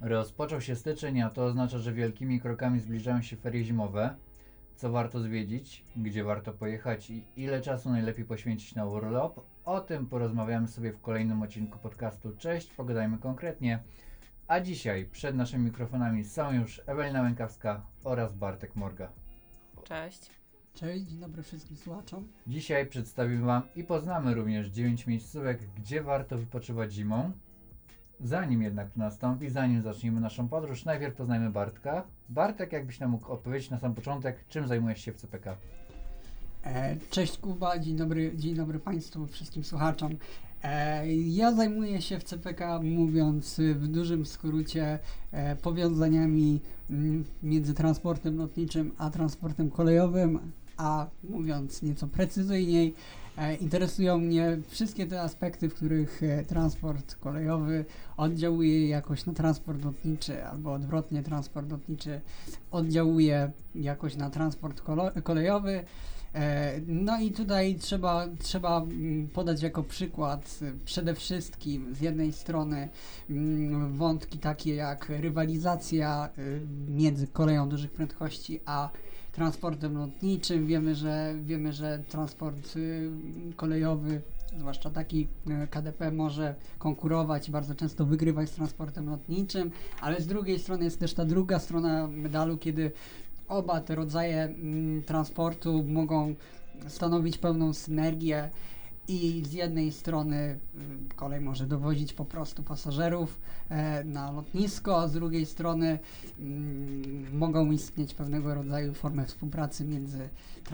Rozpoczął się styczeń, a to oznacza, że wielkimi krokami zbliżają się ferie zimowe. Co warto zwiedzić, gdzie warto pojechać i ile czasu najlepiej poświęcić na urlop? O tym porozmawiamy sobie w kolejnym odcinku podcastu. Cześć, pogadajmy konkretnie. A dzisiaj przed naszymi mikrofonami są już Ewelina Łękawska oraz Bartek Morga. Cześć. Cześć, dzień dobry wszystkim słuchaczom. Dzisiaj przedstawimy Wam i poznamy również 9 miejscówek, gdzie warto wypoczywać zimą. Zanim jednak to nastąpi, zanim zaczniemy naszą podróż, najpierw poznajmy Bartka. Bartek, jakbyś nam mógł odpowiedzieć na sam początek, czym zajmujesz się w CPK? Cześć Kuba, dzień dobry Państwu, wszystkim słuchaczom. Ja zajmuję się w CPK, mówiąc w dużym skrócie, powiązaniami między transportem lotniczym a transportem kolejowym, a mówiąc nieco precyzyjniej, interesują mnie wszystkie te aspekty, w których transport kolejowy oddziałuje jakoś na transport lotniczy, albo odwrotnie, transport lotniczy oddziałuje jakoś na transport kolejowy. No i tutaj trzeba podać jako przykład przede wszystkim z jednej strony wątki takie jak rywalizacja między koleją dużych prędkości a transportem lotniczym. Wiemy, że transport kolejowy, zwłaszcza taki KDP, może konkurować i bardzo często wygrywać z transportem lotniczym, ale z drugiej strony jest też ta druga strona medalu, kiedy oba te rodzaje transportu mogą stanowić pełną synergię i z jednej strony kolej może dowozić po prostu pasażerów na lotnisko, a z drugiej strony mogą istnieć pewnego rodzaju formy współpracy między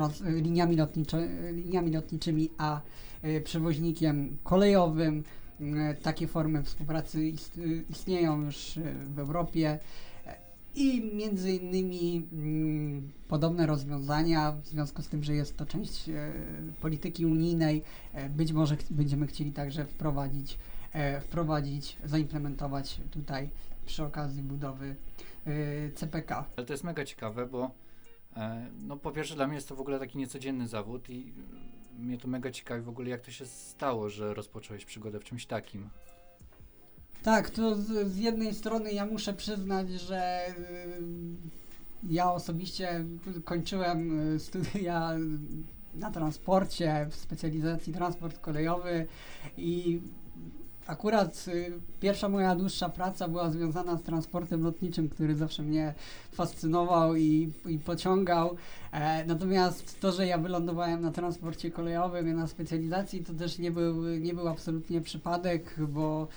liniami lotniczymi a przewoźnikiem kolejowym. Takie formy współpracy istnieją już w Europie. I między innymi podobne rozwiązania, w związku z tym, że jest to część polityki unijnej, być może będziemy chcieli także zaimplementować tutaj przy okazji budowy CPK. Ale to jest mega ciekawe, bo po pierwsze dla mnie jest to w ogóle taki niecodzienny zawód i mnie to mega ciekawi w ogóle, jak to się stało, że rozpocząłeś przygodę w czymś takim. Tak, to z jednej strony ja muszę przyznać, że ja osobiście kończyłem studia na transporcie w specjalizacji transport kolejowy i akurat pierwsza moja dłuższa praca była związana z transportem lotniczym, który zawsze mnie fascynował i pociągał. Natomiast to, że ja wylądowałem na transporcie kolejowym i na specjalizacji, to też nie był absolutnie przypadek, bo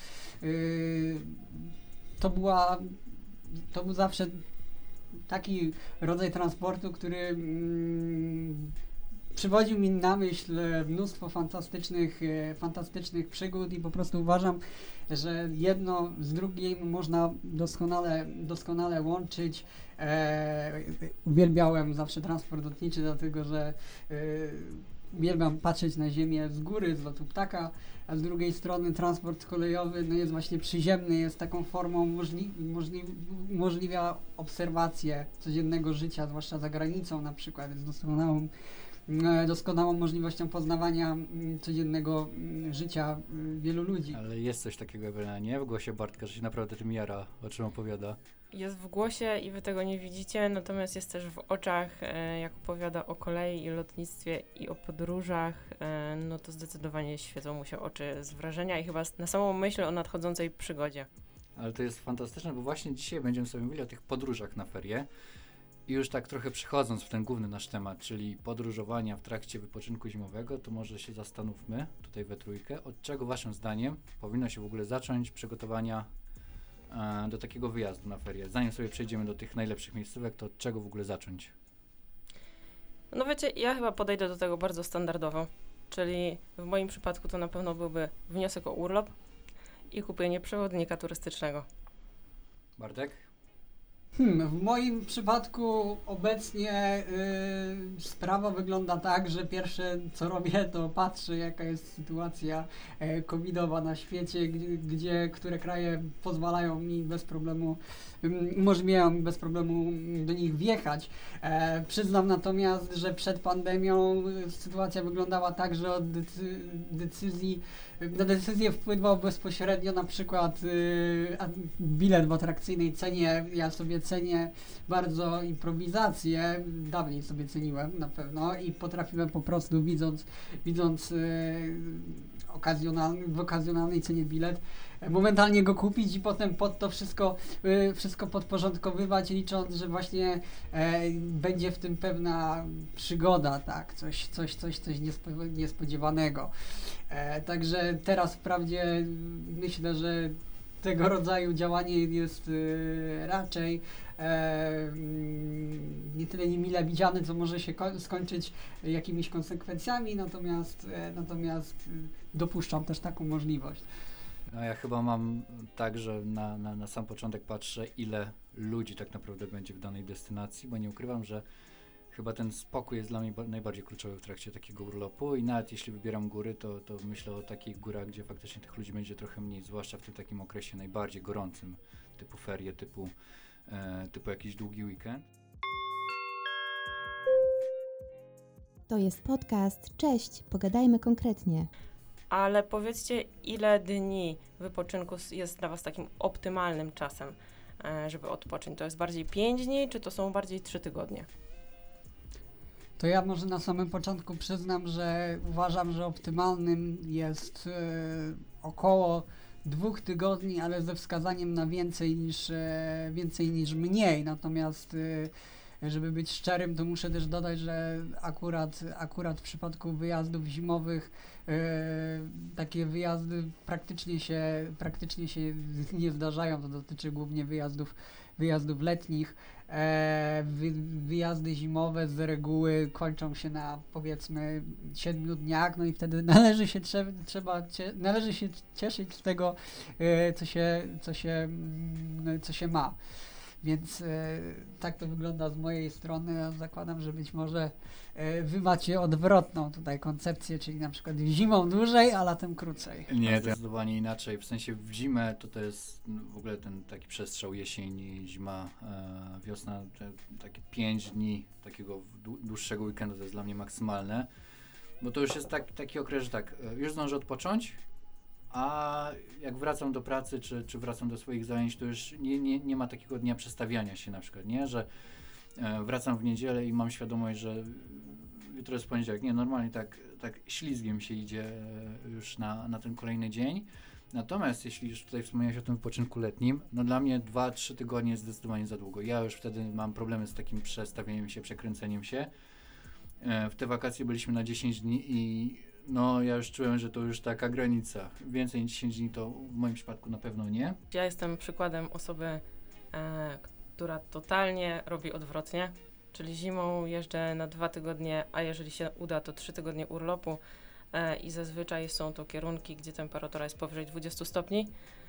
to był zawsze taki rodzaj transportu, który przywodził mi na myśl mnóstwo fantastycznych przygód i po prostu uważam, że jedno z drugim można doskonale łączyć. Uwielbiałem zawsze transport lotniczy, dlatego że uwielbiam patrzeć na ziemię z góry, z lotu ptaka, a z drugiej strony transport kolejowy jest właśnie przyziemny, jest taką formą umożliwia obserwację codziennego życia, zwłaszcza za granicą na przykład, jest doskonałą możliwością poznawania codziennego życia wielu ludzi. Ale jest coś takiego, Ewelina, nie? W głosie Bartka, że się naprawdę tym jara, o czym opowiada. Jest w głosie i wy tego nie widzicie, natomiast jest też w oczach, jak opowiada o kolei i lotnictwie i o podróżach, no to zdecydowanie świecą mu się oczy z wrażenia i chyba na samą myśl o nadchodzącej przygodzie. Ale to jest fantastyczne, bo właśnie dzisiaj będziemy sobie mówili o tych podróżach na ferie. I już tak trochę przechodząc w ten główny nasz temat, czyli podróżowania w trakcie wypoczynku zimowego, to może się zastanówmy tutaj we trójkę, od czego waszym zdaniem powinno się w ogóle zacząć przygotowania do takiego wyjazdu na ferie. Zanim sobie przejdziemy do tych najlepszych miejscówek, to od czego w ogóle zacząć? No wiecie, ja chyba podejdę do tego bardzo standardowo, czyli w moim przypadku to na pewno byłby wniosek o urlop i kupienie przewodnika turystycznego. Bartek? W moim przypadku obecnie sprawa wygląda tak, że pierwsze co robię, to patrzę, jaka jest sytuacja covidowa na świecie, które kraje pozwalają mi bez problemu, umożliwiają mi bez problemu do nich wjechać. Przyznam natomiast, że przed pandemią sytuacja wyglądała tak, że od decyzji na decyzję wpływał bezpośrednio na przykład bilet w atrakcyjnej cenie. Ja sobie cenię bardzo improwizację, dawniej sobie ceniłem na pewno i potrafiłem po prostu widząc w okazjonalnej cenie bilet, momentalnie go kupić i potem pod to wszystko podporządkowywać, licząc, że właśnie będzie w tym pewna przygoda, tak, coś niespodziewanego. Także teraz wprawdzie myślę, że tego rodzaju działanie jest raczej nie tyle niemile widziane, co może się skończyć jakimiś konsekwencjami, natomiast dopuszczam też taką możliwość. No ja chyba mam tak, że na sam początek patrzę, ile ludzi tak naprawdę będzie w danej destynacji, bo nie ukrywam, że chyba ten spokój jest dla mnie najbardziej kluczowy w trakcie takiego urlopu i nawet jeśli wybieram góry, to myślę o takich górach, gdzie faktycznie tych ludzi będzie trochę mniej, zwłaszcza w tym takim okresie najbardziej gorącym, typu ferie, typu jakiś długi weekend. To jest podcast. Cześć, pogadajmy konkretnie. Ale powiedzcie, ile dni wypoczynku jest dla Was takim optymalnym czasem, żeby odpocząć? To jest bardziej 5 dni, czy to są bardziej 3 tygodnie? To ja może na samym początku przyznam, że uważam, że optymalnym jest około 2 tygodni, ale ze wskazaniem na więcej niż mniej. Natomiast żeby być szczerym, to muszę też dodać, że akurat w przypadku wyjazdów zimowych takie wyjazdy praktycznie się nie zdarzają. To dotyczy głównie wyjazdów letnich. Wyjazdy zimowe z reguły kończą się na powiedzmy 7 dniach, no i wtedy należy się cieszyć z tego, co się ma. Więc tak to wygląda z mojej strony. Ja zakładam, że być może wy macie odwrotną tutaj koncepcję, czyli na przykład zimą dłużej, a latem krócej. Nie, to jest zdecydowanie inaczej. W sensie w zimę to jest w ogóle ten taki przestrzał jesień, zima, wiosna, takie 5 dni takiego dłuższego weekendu to jest dla mnie maksymalne. Bo to już jest taki okres, że już zdążę odpocząć, a jak wracam do pracy, czy wracam do swoich zajęć, to już nie ma takiego dnia przestawiania się na przykład, nie? Że wracam w niedzielę i mam świadomość, że jutro jest poniedziałek. Nie, normalnie tak ślizgiem się idzie już na ten kolejny dzień. Natomiast jeśli już tutaj wspomniałeś o tym wypoczynku letnim, no dla mnie 2-3 tygodnie jest zdecydowanie za długo. Ja już wtedy mam problemy z takim przestawieniem się, przekręceniem się. W te wakacje byliśmy na 10 dni i no ja już czułem, że to już taka granica. Więcej niż 10 dni to w moim przypadku na pewno nie. Ja jestem przykładem osoby, która totalnie robi odwrotnie, czyli zimą jeżdżę na 2 tygodnie, a jeżeli się uda, to 3 tygodnie urlopu i zazwyczaj są to kierunki, gdzie temperatura jest powyżej 20 stopni.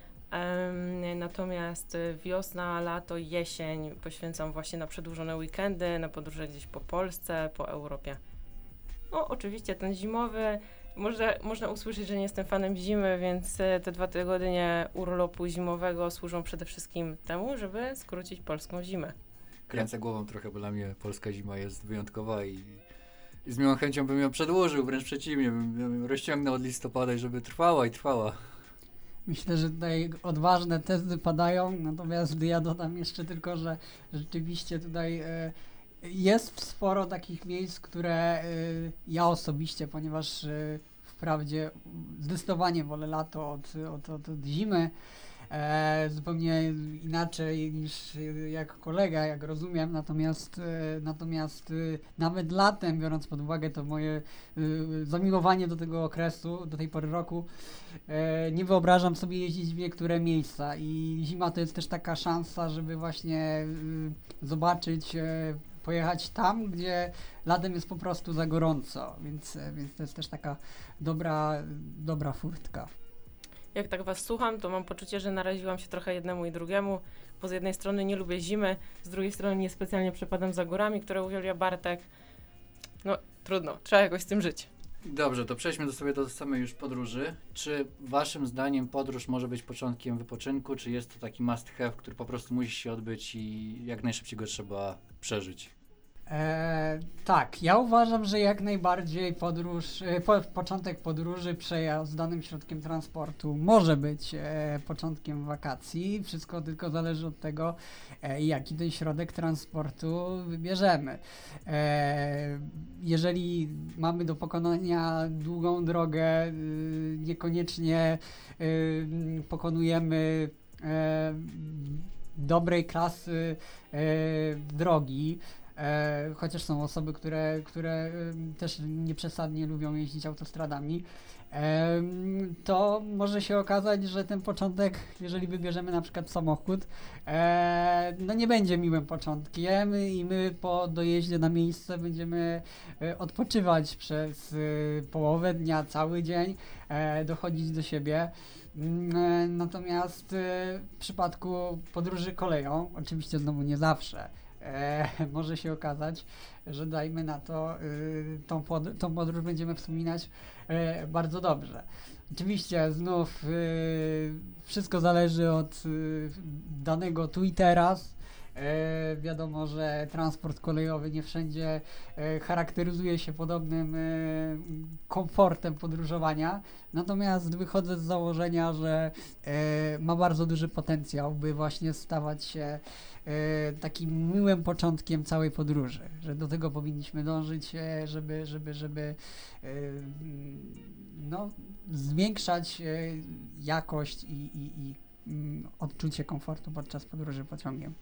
Natomiast wiosna, lato, jesień poświęcam właśnie na przedłużone weekendy, na podróże gdzieś po Polsce, po Europie. No oczywiście ten zimowy, można usłyszeć, że nie jestem fanem zimy, więc te 2 tygodnie urlopu zimowego służą przede wszystkim temu, żeby skrócić polską zimę. Kręcę głową trochę, bo dla mnie polska zima jest wyjątkowa i z miłą chęcią bym ją przedłużył, wręcz przeciwnie, bym ją rozciągnął od listopada, żeby trwała i trwała. Myślę, że tutaj odważne testy padają, natomiast ja dodam jeszcze tylko, że rzeczywiście tutaj jest sporo takich miejsc, które ja osobiście, ponieważ wprawdzie zdecydowanie wolę lato od zimy, zupełnie inaczej niż jak kolega, jak rozumiem, natomiast nawet latem, biorąc pod uwagę to moje zamiłowanie do tego okresu, do tej pory roku, nie wyobrażam sobie jeździć w niektóre miejsca i zima to jest też taka szansa, żeby właśnie zobaczyć, pojechać tam, gdzie latem jest po prostu za gorąco, więc to jest też taka dobra furtka. Jak tak was słucham, to mam poczucie, że naraziłam się trochę jednemu i drugiemu, bo z jednej strony nie lubię zimy, z drugiej strony niespecjalnie przepadam za górami, które uwielbia Bartek. No trudno, trzeba jakoś z tym żyć. Dobrze, to przejdźmy do samej już podróży. Czy waszym zdaniem podróż może być początkiem wypoczynku, czy jest to taki must have, który po prostu musi się odbyć i jak najszybciej go trzeba przeżyć? Tak, ja uważam, że jak najbardziej początek podróży, przejazd danym środkiem transportu może być początkiem wakacji. Wszystko tylko zależy od tego, jaki ten środek transportu wybierzemy. Jeżeli mamy do pokonania długą drogę, niekoniecznie pokonujemy dobrej klasy drogi, chociaż są osoby, które też nieprzesadnie lubią jeździć autostradami, to może się okazać, że ten początek, jeżeli wybierzemy na przykład samochód, no nie będzie miłym początkiem i my po dojeździe na miejsce będziemy odpoczywać przez połowę dnia, cały dzień, dochodzić do siebie. Natomiast w przypadku podróży koleją, oczywiście znowu nie zawsze, może się okazać, że dajmy na to, tą podróż będziemy wspominać bardzo dobrze. Oczywiście znów wszystko zależy od danego tu i teraz. Wiadomo, że transport kolejowy nie wszędzie charakteryzuje się podobnym komfortem podróżowania, natomiast wychodzę z założenia, że ma bardzo duży potencjał, by właśnie stawać się takim miłym początkiem całej podróży, że do tego powinniśmy dążyć, żeby no, zwiększać jakość i odczucie komfortu podczas podróży pociągiem.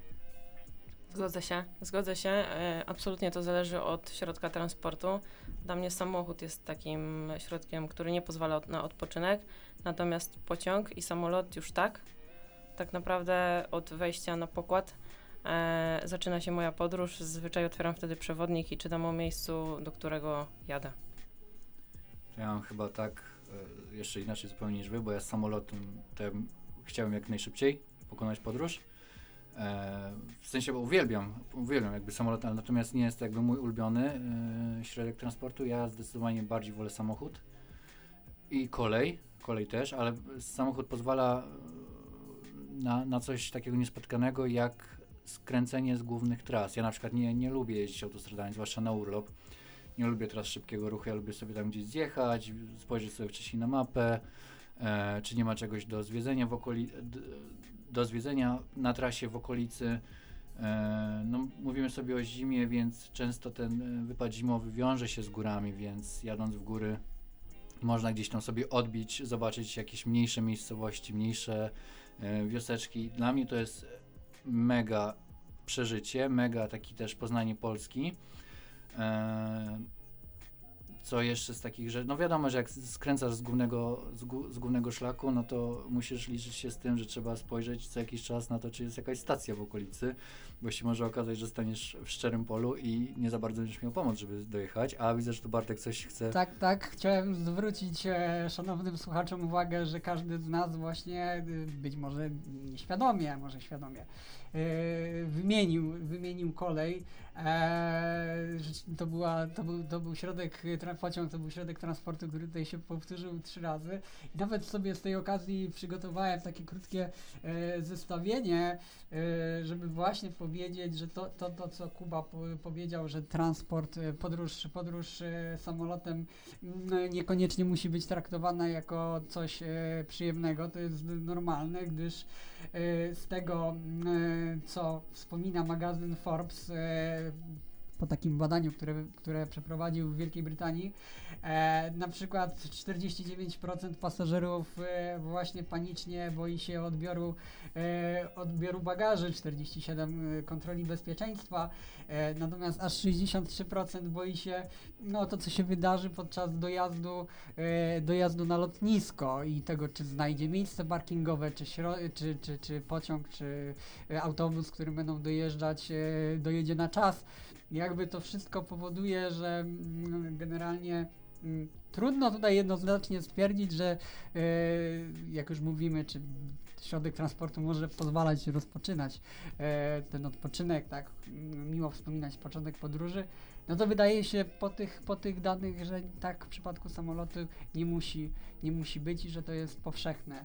Zgodzę się. Absolutnie to zależy od środka transportu. Dla mnie samochód jest takim środkiem, który nie pozwala na odpoczynek, natomiast pociąg i samolot już tak. Tak naprawdę od wejścia na pokład zaczyna się moja podróż. Zazwyczaj otwieram wtedy przewodnik i czytam o miejscu, do którego jadę. Ja mam chyba tak, jeszcze inaczej zupełnie niż wy, bo ja z samolotem chciałem jak najszybciej pokonać podróż. W sensie, bo uwielbiam jakby samolot, ale natomiast nie jest to jakby mój ulubiony środek transportu. Ja zdecydowanie bardziej wolę samochód i kolej też, ale samochód pozwala na coś takiego niespotkanego jak skręcenie z głównych tras. Ja na przykład nie lubię jeździć autostradami, zwłaszcza na urlop. Nie lubię tras szybkiego ruchu, ja lubię sobie tam gdzieś zjechać, spojrzeć sobie wcześniej na mapę, czy nie ma czegoś do zwiedzenia do zwiedzenia na trasie w okolicy. No, mówimy sobie o zimie, więc często ten wypad zimowy wiąże się z górami, więc jadąc w góry można gdzieś tam sobie odbić, zobaczyć jakieś mniejsze miejscowości, mniejsze wioseczki. Dla mnie to jest mega przeżycie, mega taki też poznanie Polski. Co jeszcze z takich rzeczy? No wiadomo, że jak skręcasz z głównego szlaku, no to musisz liczyć się z tym, że trzeba spojrzeć co jakiś czas na to, czy jest jakaś stacja w okolicy, bo się może okazać, że staniesz w szczerym polu i nie za bardzo będziesz miał pomoc, żeby dojechać, a widzę, że tu Bartek coś chce... Tak, chciałem zwrócić szanownym słuchaczom uwagę, że każdy z nas właśnie, być może nieświadomie, a może świadomie, wymienił kolej. To był pociąg, to był środek transportu, który tutaj się powtórzył 3 razy. I nawet sobie z tej okazji przygotowałem takie krótkie zestawienie, żeby właśnie powiedzieć, że to co Kuba powiedział, że transport, podróż samolotem niekoniecznie musi być traktowana jako coś przyjemnego. To jest normalne, gdyż z tego, co wspomina magazyn Forbes, po takim badaniu, które przeprowadził w Wielkiej Brytanii, na przykład 49% pasażerów właśnie panicznie boi się odbioru bagaży, 47% kontroli bezpieczeństwa, natomiast aż 63% boi się to, co się wydarzy podczas dojazdu na lotnisko i tego, czy znajdzie miejsce parkingowe, czy pociąg, czy autobus, którym będą dojeżdżać, dojedzie na czas. Jakby to wszystko powoduje, że generalnie trudno tutaj jednoznacznie stwierdzić, że jak już mówimy, czy środek transportu może pozwalać rozpoczynać ten odpoczynek, tak, miło wspominać początek podróży, no to wydaje się po tych danych, że tak w przypadku samolotu nie musi być i że to jest powszechne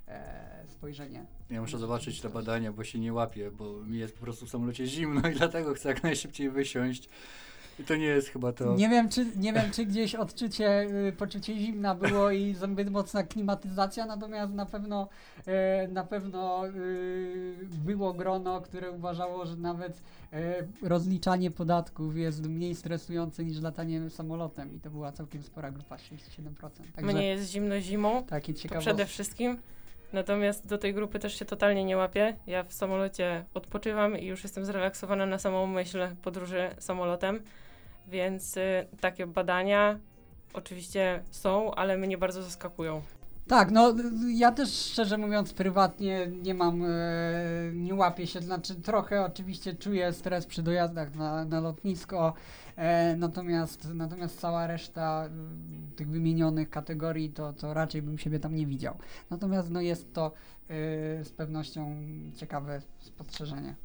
spojrzenie. Ja muszę zobaczyć te badania, bo się nie łapię, bo mi jest po prostu w samolocie zimno i dlatego chcę jak najszybciej wysiąść. I to nie jest chyba to... Nie wiem, czy gdzieś poczucie zimna było i zbyt mocna klimatyzacja, natomiast na pewno było grono, które uważało, że nawet rozliczanie podatków jest mniej stresujące niż latanie samolotem i to była całkiem spora grupa, 67%. Także Mnie jest zimno zimą, takie to ciekawostki. przede wszystkim. Natomiast do tej grupy też się totalnie nie łapię. Ja w samolocie odpoczywam i już jestem zrelaksowana na samą myśl podróży samolotem, więc takie badania oczywiście są, ale mnie bardzo zaskakują. Tak, no ja też szczerze mówiąc prywatnie nie łapię się, znaczy trochę oczywiście czuję stres przy dojazdach na lotnisko, natomiast cała reszta tych wymienionych kategorii to raczej bym siebie tam nie widział. Natomiast no jest to z pewnością ciekawe spostrzeżenie.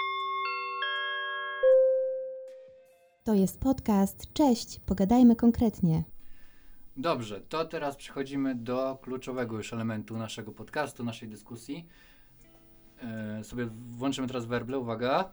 To jest podcast. Cześć, pogadajmy konkretnie. Dobrze, to teraz przechodzimy do kluczowego już elementu naszego podcastu, naszej dyskusji. Sobie włączymy teraz werble, uwaga.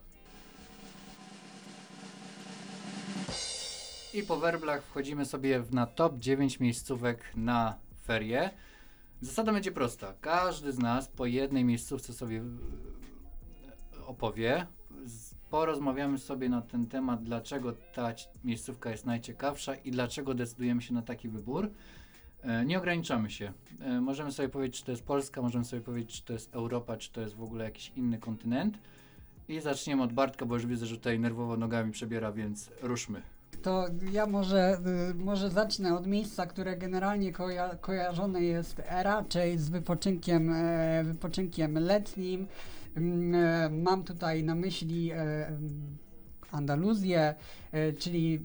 I po werblach wchodzimy sobie na top 9 miejscówek na ferie. Zasada będzie prosta. Każdy z nas po jednej miejscówce sobie opowie. Porozmawiamy sobie na ten temat, dlaczego ta miejscówka jest najciekawsza i dlaczego decydujemy się na taki wybór. Nie ograniczamy się. Możemy sobie powiedzieć, czy to jest Polska, możemy sobie powiedzieć, czy to jest Europa, czy to jest w ogóle jakiś inny kontynent. I zaczniemy od Bartka, bo już widzę, że tutaj nerwowo nogami przebiera, więc ruszmy. To ja może zacznę od miejsca, które generalnie kojarzone jest raczej z wypoczynkiem letnim. Mam tutaj na myśli Andaluzję, czyli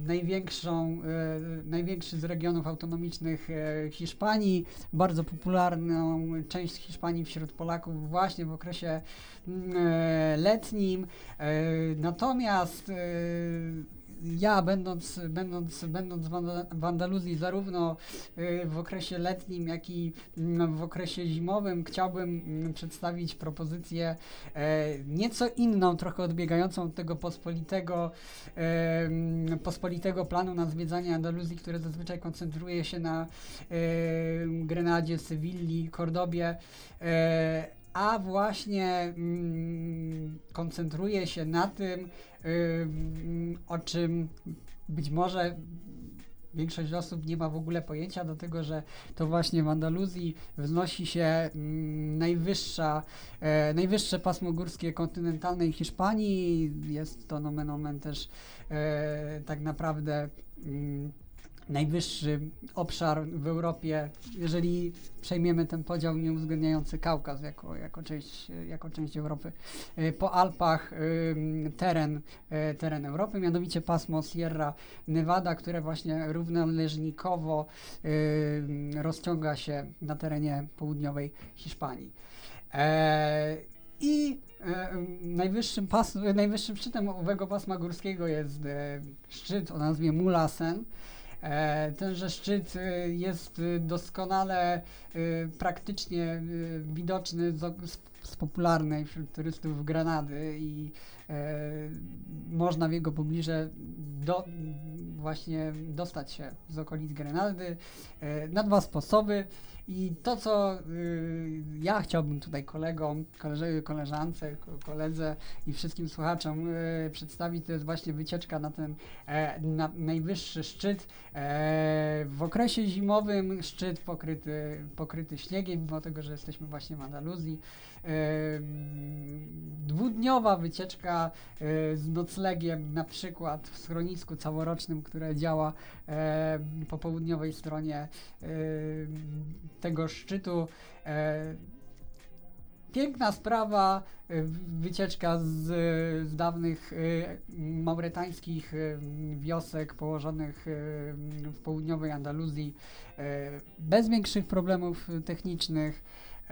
największy z regionów autonomicznych Hiszpanii, bardzo popularną część Hiszpanii wśród Polaków właśnie w okresie letnim. Natomiast ja będąc w Andaluzji zarówno w okresie letnim, jak i w okresie zimowym chciałbym przedstawić propozycję nieco inną, trochę odbiegającą od tego pospolitego planu na zwiedzanie Andaluzji, które zazwyczaj koncentruje się na Grenadzie, Sewilli, Kordobie, a właśnie koncentruje się na tym, o czym być może większość osób nie ma w ogóle pojęcia, do tego, że to właśnie w Andaluzji wznosi się najwyższe pasmo górskie kontynentalnej Hiszpanii. Jest to nomen omen też tak naprawdę najwyższy obszar w Europie, jeżeli przejmiemy ten podział nieuwzględniający Kaukaz jako część Europy. Po Alpach teren Europy, mianowicie pasmo Sierra Nevada, które właśnie równoleżnikowo rozciąga się na terenie południowej Hiszpanii. Najwyższym szczytem owego pasma górskiego jest szczyt o nazwie Mulasen. Tenże szczyt jest doskonale praktycznie widoczny z popularnej wśród turystów Grenady i można w jego pobliże właśnie dostać się z okolic Grenady na dwa sposoby. I to, co ja chciałbym tutaj kolegom, koleżance, koledze i wszystkim słuchaczom przedstawić, to jest właśnie wycieczka na ten najwyższy szczyt. W okresie zimowym szczyt pokryty śniegiem, mimo tego, że jesteśmy właśnie w Andaluzji. Dwudniowa wycieczka z noclegiem, na przykład w schronisku całorocznym, które działa po południowej stronie tego szczytu. Piękna sprawa, wycieczka z dawnych mauretańskich wiosek położonych w południowej Andaluzji, bez większych problemów technicznych.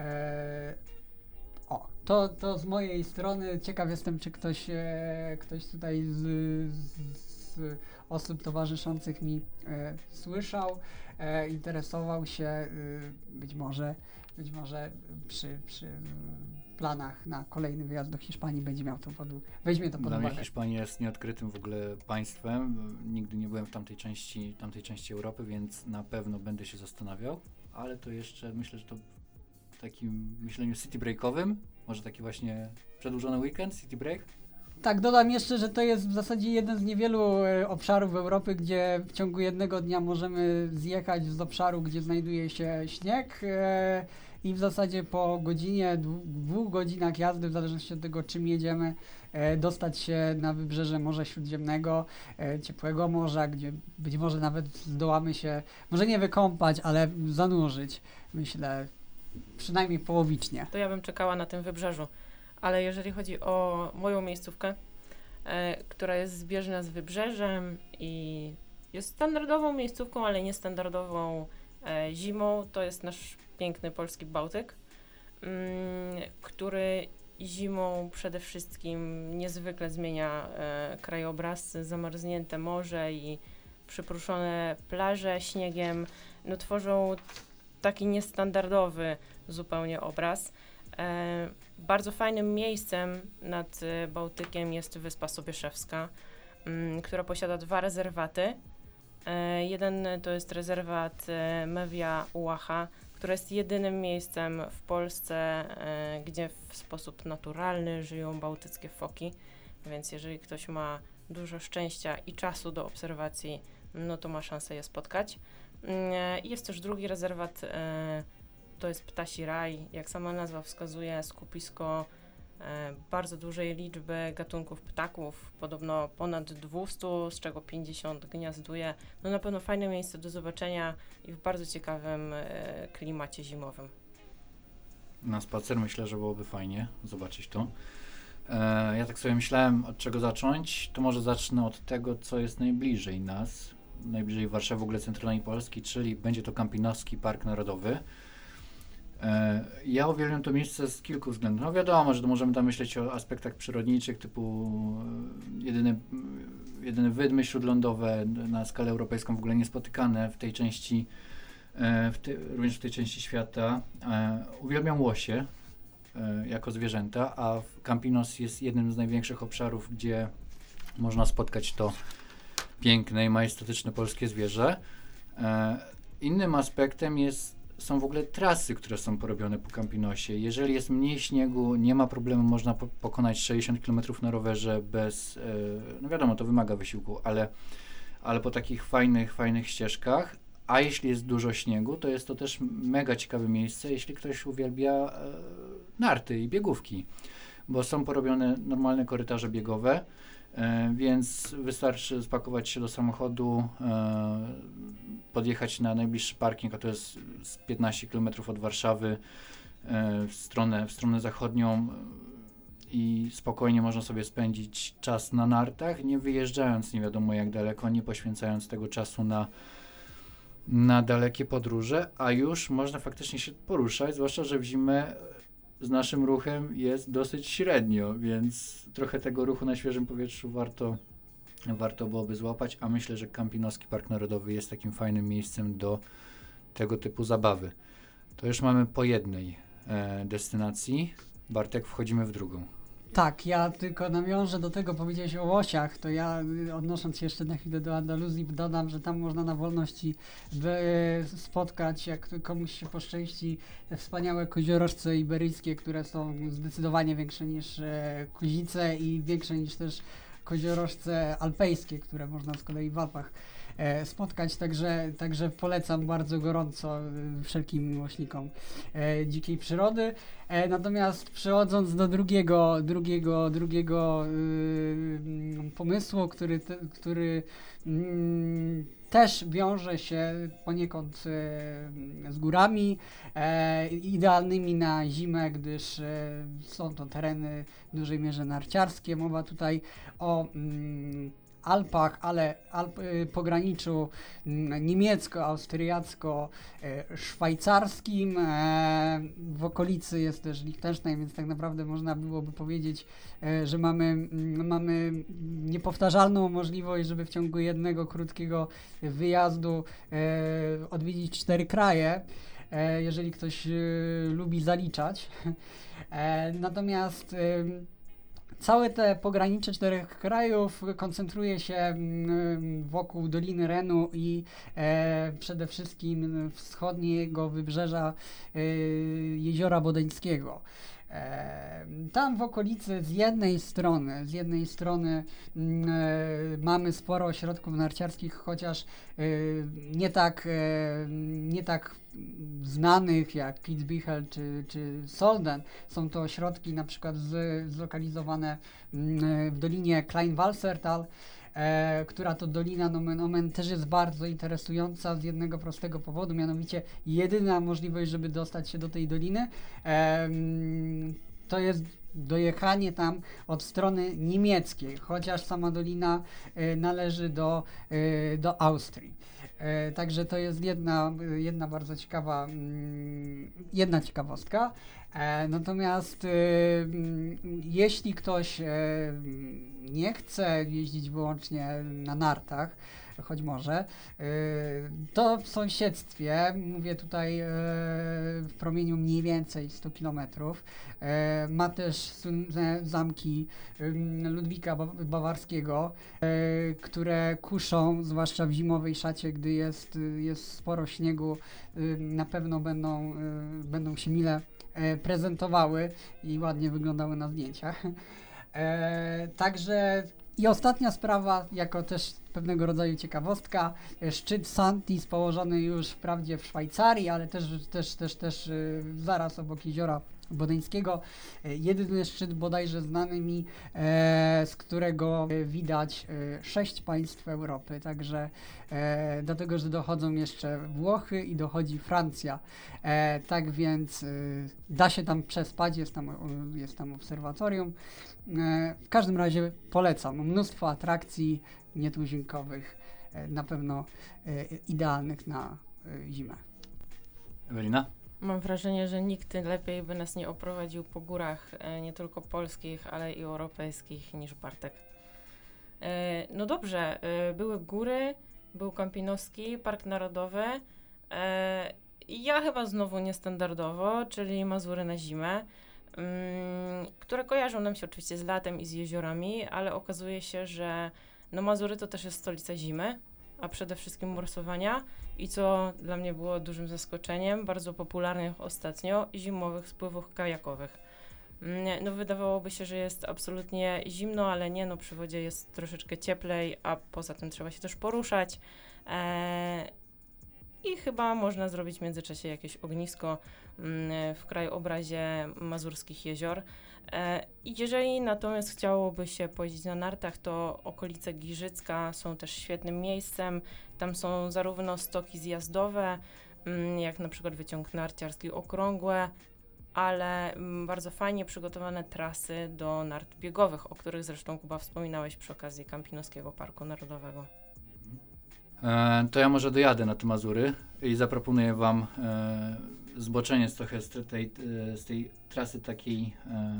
To z mojej strony. Ciekaw jestem, czy ktoś tutaj z osób towarzyszących mi słyszał, interesował się, być może być może przy planach na kolejny wyjazd do Hiszpanii weźmie to pod Dla mnie uwagę. Hiszpania jest nieodkrytym w ogóle państwem. Nigdy nie byłem w tamtej części Europy, więc na pewno będę się zastanawiał, ale to jeszcze myślę, że to w takim myśleniu city breakowym, może taki właśnie przedłużony weekend, city break. Tak, dodam jeszcze, że to jest w zasadzie jeden z niewielu obszarów Europy, gdzie w ciągu jednego dnia możemy zjechać z obszaru, gdzie znajduje się śnieg i w zasadzie po godzinie, 2 godzinach jazdy, w zależności od tego, czym jedziemy, dostać się na wybrzeże Morza Śródziemnego, ciepłego morza, gdzie być może nawet zdołamy się, może nie wykąpać, ale zanurzyć, myślę, przynajmniej połowicznie. To ja bym czekała na tym wybrzeżu. Ale jeżeli chodzi o moją miejscówkę, która jest zbieżna z wybrzeżem i jest standardową miejscówką, ale niestandardową zimą, to jest nasz piękny polski Bałtyk, który zimą przede wszystkim niezwykle zmienia krajobraz. Zamarznięte morze i przypruszone plaże śniegiem tworzą taki niestandardowy zupełnie obraz. Bardzo fajnym miejscem nad Bałtykiem jest Wyspa Sobieszewska, która posiada 2 rezerwaty. Jeden to jest rezerwat Mewia Ułacha, który jest jedynym miejscem w Polsce, gdzie w sposób naturalny żyją bałtyckie foki, więc jeżeli ktoś ma dużo szczęścia i czasu do obserwacji, no to ma szansę je spotkać. Jest też drugi rezerwat, to jest Ptasi Raj, jak sama nazwa wskazuje, skupisko bardzo dużej liczby gatunków ptaków, podobno ponad 200, z czego 50 gniazduje. No na pewno fajne miejsce do zobaczenia i w bardzo ciekawym klimacie zimowym. Na spacer myślę, że byłoby fajnie zobaczyć to. Ja tak sobie myślałem, od czego zacząć. To może zacznę od tego, co jest najbliżej nas, najbliżej Warszawy, w ogóle centralnej Polski, czyli będzie to Kampinoski Park Narodowy. Ja uwielbiam to miejsce z kilku względów. No wiadomo, że to możemy tam myśleć o aspektach przyrodniczych, typu jedyne wydmy śródlądowe na skalę europejską, w ogóle niespotykane w tej części, również w tej części świata. Uwielbiam łosie jako zwierzęta, a Campinos jest jednym z największych obszarów, gdzie można spotkać to piękne i majestatyczne polskie zwierzę. Innym aspektem są w ogóle trasy, które są porobione po Campinosie. Jeżeli jest mniej śniegu, nie ma problemu, można pokonać 60 km na rowerze bez, no wiadomo, to wymaga wysiłku, ale po takich fajnych ścieżkach. A jeśli jest dużo śniegu, to jest to też mega ciekawe miejsce, jeśli ktoś uwielbia narty i biegówki, bo są porobione normalne korytarze biegowe, więc wystarczy spakować się do samochodu, podjechać na najbliższy parking, a to jest z 15 km od Warszawy w stronę zachodnią i spokojnie można sobie spędzić czas na nartach, nie wyjeżdżając nie wiadomo jak daleko, nie poświęcając tego czasu na dalekie podróże, a już można faktycznie się poruszać, zwłaszcza, że w zimę z naszym ruchem jest dosyć średnio, więc trochę tego ruchu na świeżym powietrzu warto byłoby złapać, a myślę, że Kampinoski Park Narodowy jest takim fajnym miejscem do tego typu zabawy. To już mamy po jednej destynacji. Bartek, wchodzimy w drugą. Tak, ja tylko nawiążę do tego, powiedziałeś o łosiach, to ja odnosząc się jeszcze na chwilę do Andaluzji dodam, że tam można na wolności spotkać, jak komuś się poszczęści, te wspaniałe koziorożce iberyjskie, które są zdecydowanie większe niż kozice i większe niż też koziorożce alpejskie, które można z kolei w Alpach spotkać, także polecam bardzo gorąco wszelkim miłośnikom dzikiej przyrody. Natomiast przechodząc do drugiego pomysłu, który też wiąże się poniekąd z górami, idealnymi na zimę, gdyż są to tereny w dużej mierze narciarskie. Mowa tutaj o Alpach, ale pograniczu niemiecko-austriacko-szwajcarskim. W okolicy jest też Liechtenstein, więc tak naprawdę można byłoby powiedzieć, że mamy niepowtarzalną możliwość, żeby w ciągu jednego krótkiego wyjazdu odwiedzić 4 kraje. jeżeli ktoś lubi zaliczać. Natomiast całe te pogranicze 4 krajów koncentruje się wokół Doliny Renu i przede wszystkim wschodniego wybrzeża Jeziora Bodeńskiego. Tam w okolicy z jednej strony mamy sporo ośrodków narciarskich, chociaż nie tak znanych jak Kitzbühel czy Solden. Są to ośrodki na przykład zlokalizowane w dolinie Kleinwalsertal, która to dolina nomen omen też jest bardzo interesująca z jednego prostego powodu, mianowicie jedyna możliwość, żeby dostać się do tej doliny, to jest dojechanie tam od strony niemieckiej, chociaż sama dolina należy do Austrii. Także to jest jedna bardzo jedna ciekawostka. Natomiast jeśli ktoś nie chce jeździć wyłącznie na nartach, choć może, to w sąsiedztwie, mówię tutaj w promieniu mniej więcej 100 km, ma też słynne zamki Ludwika Bawarskiego, które kuszą, zwłaszcza w zimowej szacie, gdy jest sporo śniegu, na pewno będą się mile prezentowały i ładnie wyglądały na zdjęciach. Także i ostatnia sprawa, jako też pewnego rodzaju ciekawostka, szczyt Santis położony już wprawdzie w Szwajcarii, ale też zaraz obok Jeziora Bodeńskiego. Jedyny szczyt bodajże znany mi, z którego widać 6 państw Europy, także dlatego, że dochodzą jeszcze Włochy i dochodzi Francja. Tak więc da się tam przespać, jest tam obserwatorium. W każdym razie polecam. Mnóstwo atrakcji nietuzinkowych, na pewno idealnych na zimę. Ewelina? Mam wrażenie, że nikt lepiej by nas nie oprowadził po górach, nie tylko polskich, ale i europejskich niż Bartek. No dobrze, były góry, był Kampinoski, Park Narodowy. Ja chyba znowu niestandardowo, czyli Mazury na zimę, które kojarzą nam się oczywiście z latem i z jeziorami, ale okazuje się, że no Mazury to też jest stolica zimy, a przede wszystkim morsowania i co dla mnie było dużym zaskoczeniem, bardzo popularnych ostatnio zimowych spływów kajakowych. No wydawałoby się, że jest absolutnie zimno, ale nie, no przy wodzie jest troszeczkę cieplej, a poza tym trzeba się też poruszać i chyba można zrobić w międzyczasie jakieś ognisko w krajobrazie mazurskich jezior. I jeżeli natomiast chciałoby się pojeździć na nartach, to okolice Giżycka są też świetnym miejscem. Tam są zarówno stoki zjazdowe, jak na przykład wyciąg narciarski okrągłe, ale bardzo fajnie przygotowane trasy do nart biegowych, o których zresztą Kuba wspominałeś przy okazji Kampinoskiego Parku Narodowego. To ja może dojadę na te Mazury i zaproponuję wam zboczenie trochę z tej trasy takiej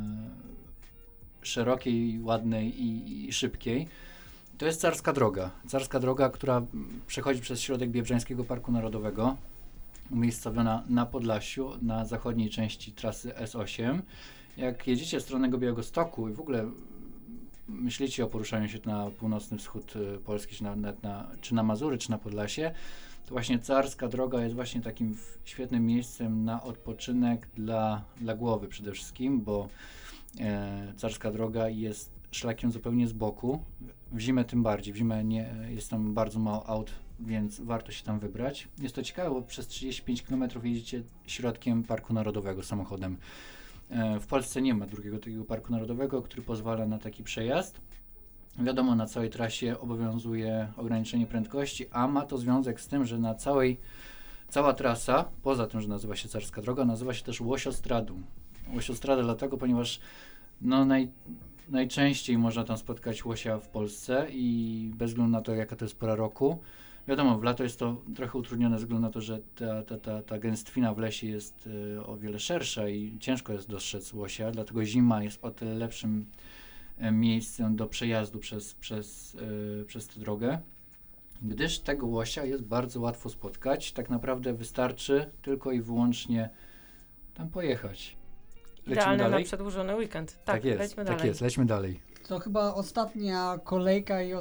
szerokiej, ładnej i szybkiej. To jest Carska Droga. Carska Droga, która przechodzi przez środek Biebrzańskiego Parku Narodowego, umiejscowiona na Podlasiu, na zachodniej części trasy S8. Jak jedziecie w stronę Białegostoku i w ogóle myślicie o poruszaniu się na północny wschód Polski, czy na Mazury, czy na Podlasie, to właśnie Carska Droga jest właśnie takim świetnym miejscem na odpoczynek dla głowy przede wszystkim, bo Carska Droga jest szlakiem zupełnie z boku. W zimę tym bardziej. W zimę jest tam bardzo mało aut, więc warto się tam wybrać. Jest to ciekawe, bo przez 35 km jedziecie środkiem Parku Narodowego samochodem. W Polsce nie ma drugiego takiego parku narodowego, który pozwala na taki przejazd. Wiadomo, na całej trasie obowiązuje ograniczenie prędkości, a ma to związek z tym, że cała trasa, poza tym, że nazywa się Carska Droga, nazywa się też Łosiostradą. Łosiostrada dlatego, ponieważ najczęściej można tam spotkać łosia w Polsce i bez względu na to, jaka to jest pora roku. Wiadomo, w lato jest to trochę utrudnione ze względu na to, że ta gęstwina w lesie jest o wiele szersza i ciężko jest dostrzec łosia, dlatego zima jest o tyle lepszym miejscem do przejazdu przez tę drogę. gdyż tego łosia jest bardzo łatwo spotkać. Tak naprawdę wystarczy tylko i wyłącznie tam pojechać. Lecimy Idealne dalej? na przedłużony weekend. Tak, jest, lećmy tak dalej. jest, lećmy dalej. To chyba ostatnia kolejka i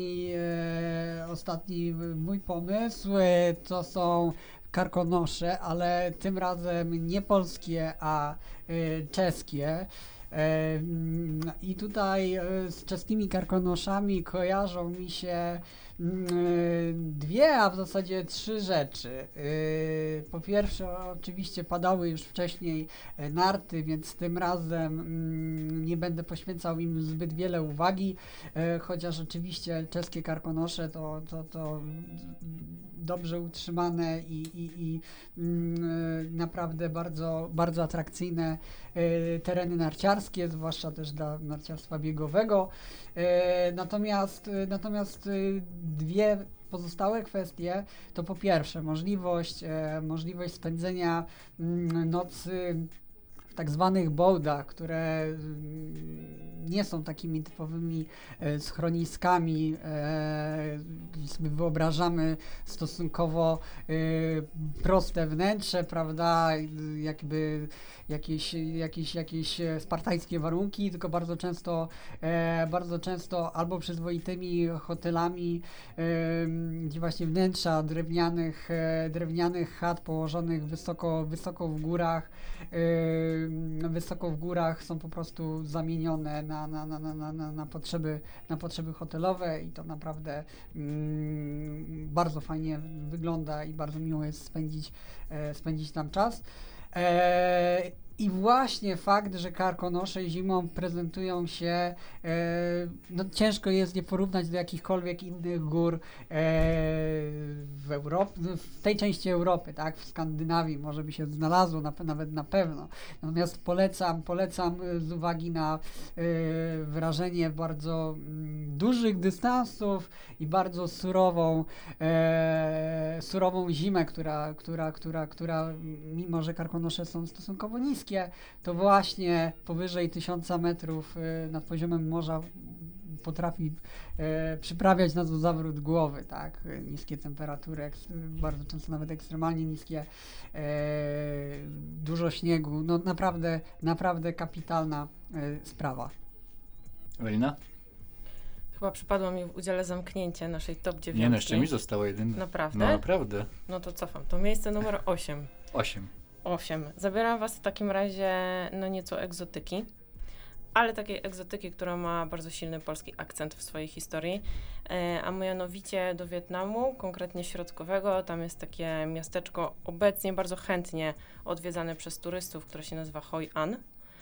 ostatni mój pomysł to są karkonosze, ale tym razem nie polskie, a czeskie. I tutaj z czeskimi karkonoszami kojarzą mi się dwie, a w zasadzie trzy rzeczy. Po pierwsze, oczywiście padały już wcześniej narty, więc tym razem nie będę poświęcał im zbyt wiele uwagi, chociaż oczywiście czeskie karkonosze to dobrze utrzymane i naprawdę bardzo, bardzo atrakcyjne tereny narciarskie, zwłaszcza też dla narciarstwa biegowego. Natomiast dwie pozostałe kwestie to po pierwsze możliwość spędzenia nocy w tak zwanych bołdach, które nie są takimi typowymi schroniskami. Sobie wyobrażamy stosunkowo proste wnętrze, prawda, jakby jakieś spartańskie warunki, tylko bardzo często albo przyzwoitymi hotelami, gdzie właśnie wnętrza drewnianych chat położonych wysoko w górach są po prostu zamienione na potrzeby hotelowe i to naprawdę bardzo fajnie wygląda i bardzo miło jest spędzić tam czas. I właśnie fakt, że karkonosze zimą prezentują się, no ciężko jest je porównać do jakichkolwiek innych gór w Europie, w tej części Europy, tak, w Skandynawii może by się znalazło, nawet na pewno. Natomiast polecam z uwagi na wrażenie bardzo dużych dystansów i bardzo surową zimę, która mimo, że karkonosze są stosunkowo niskie, to właśnie powyżej 1000 metrów nad poziomem morza potrafi przyprawiać nas o zawrót głowy, tak? Niskie temperatury, bardzo często nawet ekstremalnie niskie, dużo śniegu, no naprawdę kapitalna sprawa. Ewelina? Chyba przypadło mi w udziale zamknięcie naszej top 9. Nie, no jeszcze mi zostało jedyne. Naprawdę? No naprawdę. No to cofam. To miejsce numer 8. 8. Zabieram was w takim razie na nieco egzotyki, ale takiej egzotyki, która ma bardzo silny polski akcent w swojej historii, a mianowicie do Wietnamu, konkretnie środkowego. Tam jest takie miasteczko obecnie bardzo chętnie odwiedzane przez turystów, które się nazywa Hoi An.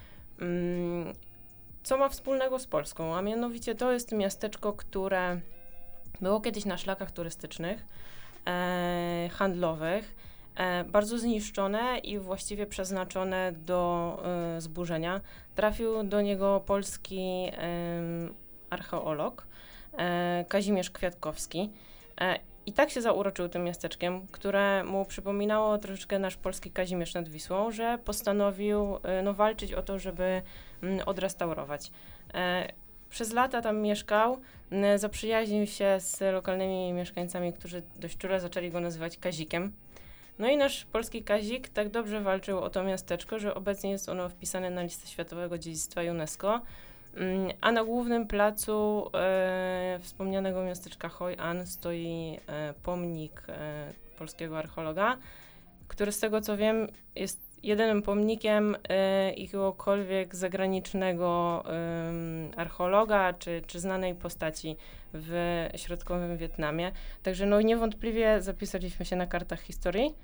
Co ma wspólnego z Polską? A mianowicie to jest miasteczko, które było kiedyś na szlakach turystycznych, handlowych, bardzo zniszczone i właściwie przeznaczone do zburzenia. Trafił do niego polski archeolog Kazimierz Kwiatkowski i tak się zauroczył tym miasteczkiem, które mu przypominało troszeczkę nasz polski Kazimierz nad Wisłą, że postanowił walczyć o to, żeby odrestaurować. Przez lata tam mieszkał, zaprzyjaźnił się z lokalnymi mieszkańcami, którzy dość czule zaczęli go nazywać Kazikiem. No i nasz polski Kazik tak dobrze walczył o to miasteczko, że obecnie jest ono wpisane na listę Światowego Dziedzictwa UNESCO, a na głównym placu wspomnianego miasteczka Hoi An stoi pomnik polskiego archeologa, który z tego co wiem jest jedynym pomnikiem jakiegokolwiek zagranicznego archeologa czy znanej postaci w środkowym Wietnamie. Także no niewątpliwie zapisaliśmy się na kartach historii.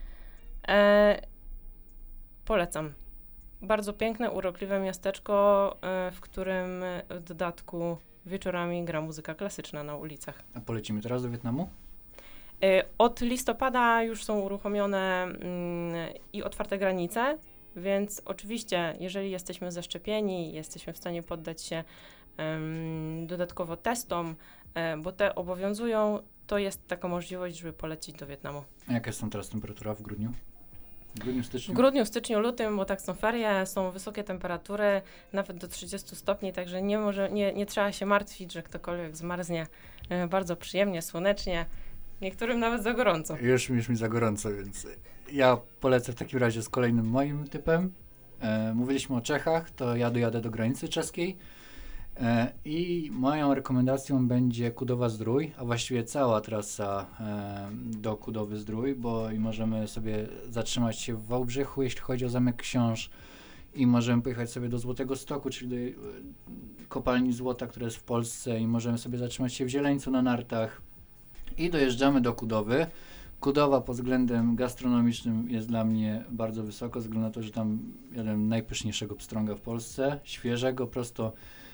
Polecam. Bardzo piękne, urokliwe miasteczko, w którym w dodatku wieczorami gra muzyka klasyczna na ulicach. A polecimy teraz do Wietnamu? Od listopada już są uruchomione i otwarte granice, więc oczywiście, jeżeli jesteśmy zaszczepieni, jesteśmy w stanie poddać się dodatkowo testom, bo te obowiązują, to jest taka możliwość, żeby polecieć do Wietnamu. A jaka jest tam teraz temperatura w grudniu? W grudniu, styczniu? W grudniu, styczniu, lutym, bo tak są ferie, są wysokie temperatury, nawet do 30 stopni, także nie trzeba się martwić, że ktokolwiek zmarznie. Bardzo przyjemnie, słonecznie. Niektórym nawet za gorąco. Już mi za gorąco, więc ja polecę w takim razie z kolejnym moim typem. Mówiliśmy o Czechach, to ja dojadę do granicy czeskiej i moją rekomendacją będzie Kudowa-Zdrój, a właściwie cała trasa do Kudowy-Zdrój, bo i możemy sobie zatrzymać się w Wałbrzychu, jeśli chodzi o Zamek Książ, i możemy pojechać sobie do Złotego Stoku, czyli do kopalni złota, która jest w Polsce, i możemy sobie zatrzymać się w Zieleńcu na nartach i dojeżdżamy do Kudowy. Kudowa pod względem gastronomicznym jest dla mnie bardzo wysoko, ze względu na to, że tam jadłem najpyszniejszego pstrąga w Polsce, świeżego, prosto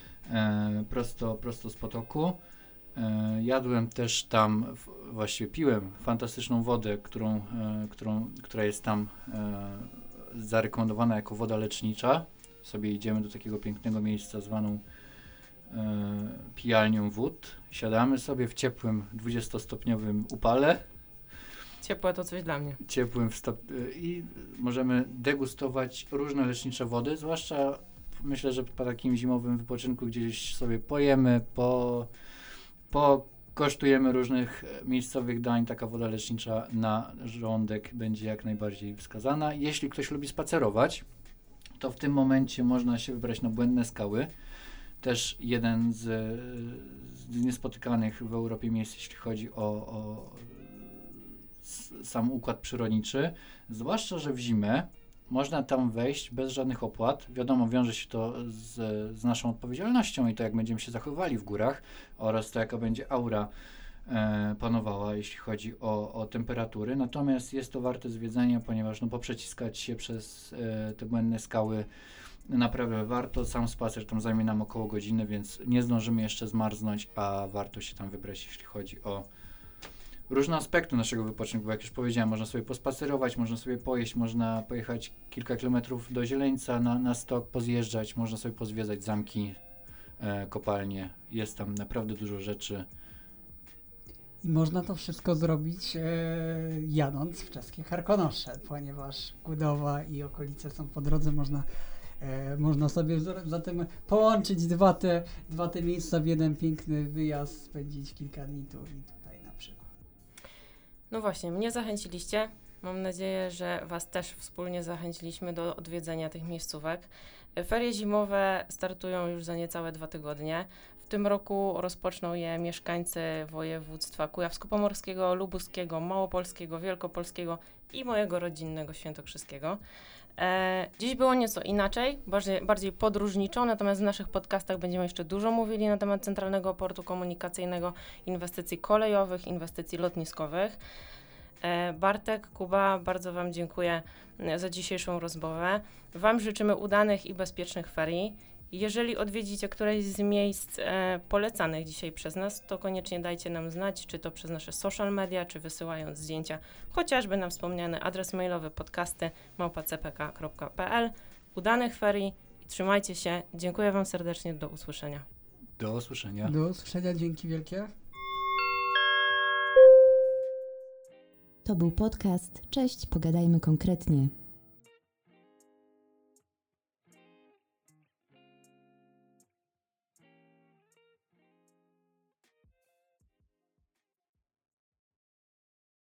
z potoku. Jadłem też tam, właściwie piłem fantastyczną wodę, która jest tam zarekomendowana jako woda lecznicza. Sobie idziemy do takiego pięknego miejsca zwaną pijalnią wód. Siadamy sobie w ciepłym 20-stopniowym upale. Ciepłe to coś dla mnie. I możemy degustować różne lecznicze wody, zwłaszcza myślę, że po takim zimowym wypoczynku gdzieś sobie pojemy, pokosztujemy różnych miejscowych dań. Taka woda lecznicza na żołądek będzie jak najbardziej wskazana. Jeśli ktoś lubi spacerować, to w tym momencie można się wybrać na Błędne Skały. Też jeden z niespotykanych w Europie miejsc, jeśli chodzi o sam układ przyrodniczy. Zwłaszcza, że w zimę można tam wejść bez żadnych opłat. Wiadomo, wiąże się to z naszą odpowiedzialnością i to, jak będziemy się zachowywali w górach, oraz to, jaka będzie aura panowała, jeśli chodzi o temperatury. Natomiast jest to warte zwiedzenia, ponieważ poprzeciskać się przez te Błędne Skały naprawdę warto. Sam spacer tam zajmie nam około godziny, więc nie zdążymy jeszcze zmarznąć, a warto się tam wybrać, jeśli chodzi o różne aspekty naszego wypoczynku. Jak już powiedziałem, można sobie pospacerować, można sobie pojeść, można pojechać kilka kilometrów do Zieleńca na stok, pozjeżdżać, można sobie pozwiedzać zamki, kopalnie. Jest tam naprawdę dużo rzeczy. I można to wszystko zrobić jadąc w czeskie Karkonosze, ponieważ Kudowa i okolice są po drodze. Można sobie zatem połączyć dwa te miejsca w jeden piękny wyjazd, spędzić kilka dni tu i tutaj na przykład. No właśnie, mnie zachęciliście. Mam nadzieję, że Was też wspólnie zachęciliśmy do odwiedzenia tych miejscówek. Ferie zimowe startują już za niecałe 2 tygodnie. W tym roku rozpoczną je mieszkańcy województwa kujawsko-pomorskiego, lubuskiego, małopolskiego, wielkopolskiego i mojego rodzinnego świętokrzyskiego. Dziś było nieco inaczej, bardziej podróżniczo, natomiast w naszych podcastach będziemy jeszcze dużo mówili na temat Centralnego Portu Komunikacyjnego, inwestycji kolejowych, inwestycji lotniskowych. Bartek, Kuba, bardzo Wam dziękuję za dzisiejszą rozmowę. Wam życzymy udanych i bezpiecznych ferii. Jeżeli odwiedzicie któreś z miejsc polecanych dzisiaj przez nas, to koniecznie dajcie nam znać, czy to przez nasze social media, czy wysyłając zdjęcia, chociażby na wspomniany adres mailowy podcasty@cpk.pl. Udanych ferii i trzymajcie się. Dziękuję Wam serdecznie. Do usłyszenia. Do usłyszenia. Do usłyszenia. Dzięki wielkie. To był podcast Cześć, pogadajmy konkretnie.